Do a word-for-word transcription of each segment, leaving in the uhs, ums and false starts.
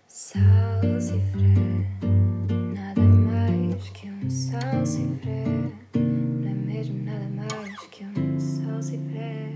Salsifré, nada mais que um salsifré. Não é mesmo nada mais que um salsifré.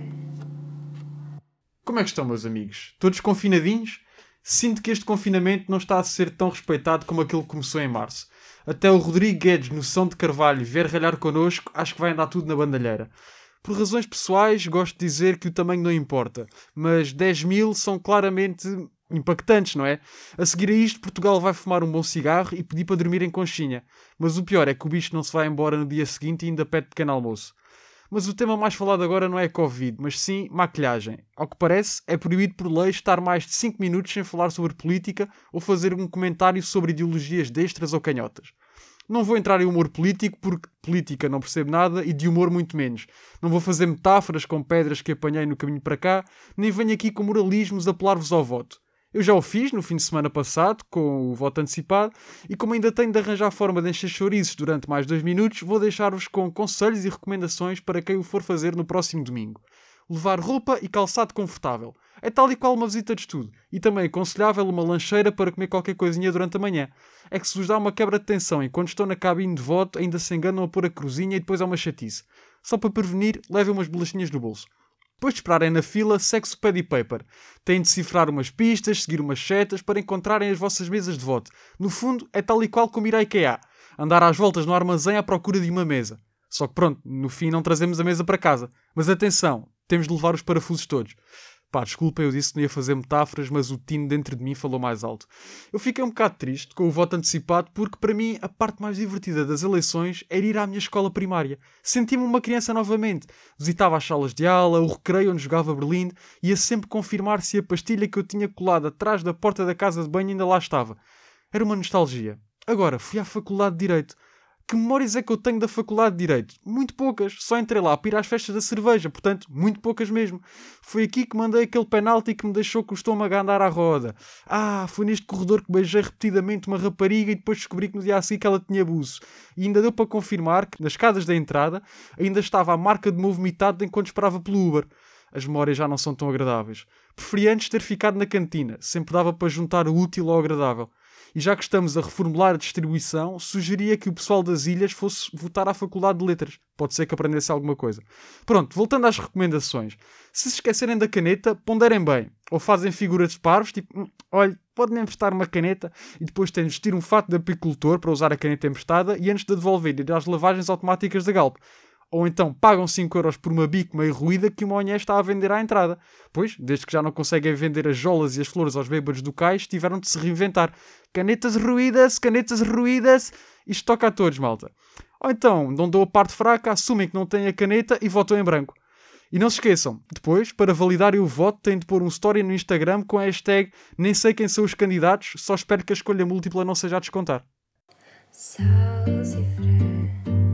Como é que estão, meus amigos? Todos confinadinhos? Sinto que este confinamento não está a ser tão respeitado como aquele que começou em março. Até o Rodrigo Guedes, no São de Carvalho, vier ralhar connosco, acho que vai andar tudo na bandalheira. Por razões pessoais, gosto de dizer que o tamanho não importa, mas dez mil são claramente impactantes, não é? A seguir a isto, Portugal vai fumar um bom cigarro e pedir para dormir em conchinha. Mas o pior é que o bicho não se vai embora no dia seguinte e ainda pede pequeno almoço. Mas o tema mais falado agora não é Covid, mas sim maquilhagem. Ao que parece, é proibido por lei estar mais de cinco minutos sem falar sobre política ou fazer um comentário sobre ideologias destras ou canhotas. Não vou entrar em humor político porque política não percebo nada e de humor muito menos. Não vou fazer metáforas com pedras que apanhei no caminho para cá, nem venho aqui com moralismos apelar-vos ao voto. Eu já o fiz no fim de semana passado, com o voto antecipado, e como ainda tenho de arranjar forma de encher chouriços durante mais dois minutos, vou deixar-vos com conselhos e recomendações para quem o for fazer no próximo domingo. Levar roupa e calçado confortável. É tal e qual uma visita de estudo. E também é aconselhável uma lancheira para comer qualquer coisinha durante a manhã. É que se vos dá uma quebra de tensão enquanto estão na cabine de voto, ainda se enganam a pôr a cruzinha e depois é uma chatice. Só para prevenir, levem umas bolachinhas no bolso. Depois de esperarem na fila, segue-se o pad e paper. Têm de cifrar umas pistas, seguir umas setas para encontrarem as vossas mesas de voto. No fundo, é tal e qual como ir à IKEA. Andar às voltas no armazém à procura de uma mesa. Só que pronto, no fim não trazemos a mesa para casa. Mas atenção, temos de levar os parafusos todos. Pá, desculpem, eu disse que não ia fazer metáforas, mas o tino dentro de mim falou mais alto. Eu fiquei um bocado triste com o voto antecipado porque, para mim, a parte mais divertida das eleições era ir à minha escola primária. Senti-me uma criança novamente. Visitava as salas de aula, o recreio onde jogava Berlim, e ia sempre confirmar se a pastilha que eu tinha colado atrás da porta da casa de banho ainda lá estava. Era uma nostalgia. Agora, fui à Faculdade de Direito. Que memórias é que eu tenho da Faculdade de Direito? Muito poucas. Só entrei lá para ir às festas da cerveja, portanto, muito poucas mesmo. Foi aqui que mandei aquele penalti que me deixou com o estômago a andar à roda. Ah, foi neste corredor que beijei repetidamente uma rapariga e depois descobri que no dia a seguir que ela tinha abuso. E ainda deu para confirmar que, nas escadas da entrada, ainda estava a marca de meu vomitado enquanto esperava pelo Uber. As memórias já não são tão agradáveis. Preferi antes ter ficado na cantina. Sempre dava para juntar o útil ao agradável. E já que estamos a reformular a distribuição, sugeria que o pessoal das ilhas fosse votar à Faculdade de Letras. Pode ser que aprendesse alguma coisa. Pronto, voltando às recomendações. Se se esquecerem da caneta, ponderem bem. Ou fazem figuras de parvos, tipo, hum, olha, pode-me emprestar uma caneta e depois têm de vestir um fato de apicultor para usar a caneta emprestada e antes de a devolver ir às lavagens automáticas da Galp. Ou então pagam cinco euros por uma bico meio ruída que uma O N E está a vender à entrada. Pois, desde que já não conseguem vender as jolas e as flores aos bêbados do cais, tiveram de se reinventar. Canetas ruídas, canetas ruídas. Isto toca a todos, malta. Ou então, não dou a parte fraca, assumem que não têm a caneta e votam em branco. E não se esqueçam, depois, para validarem o voto, têm de pôr um story no Instagram com a hashtag nem sei quem são os candidatos, só espero que a escolha múltipla não seja a descontar. Salsifré,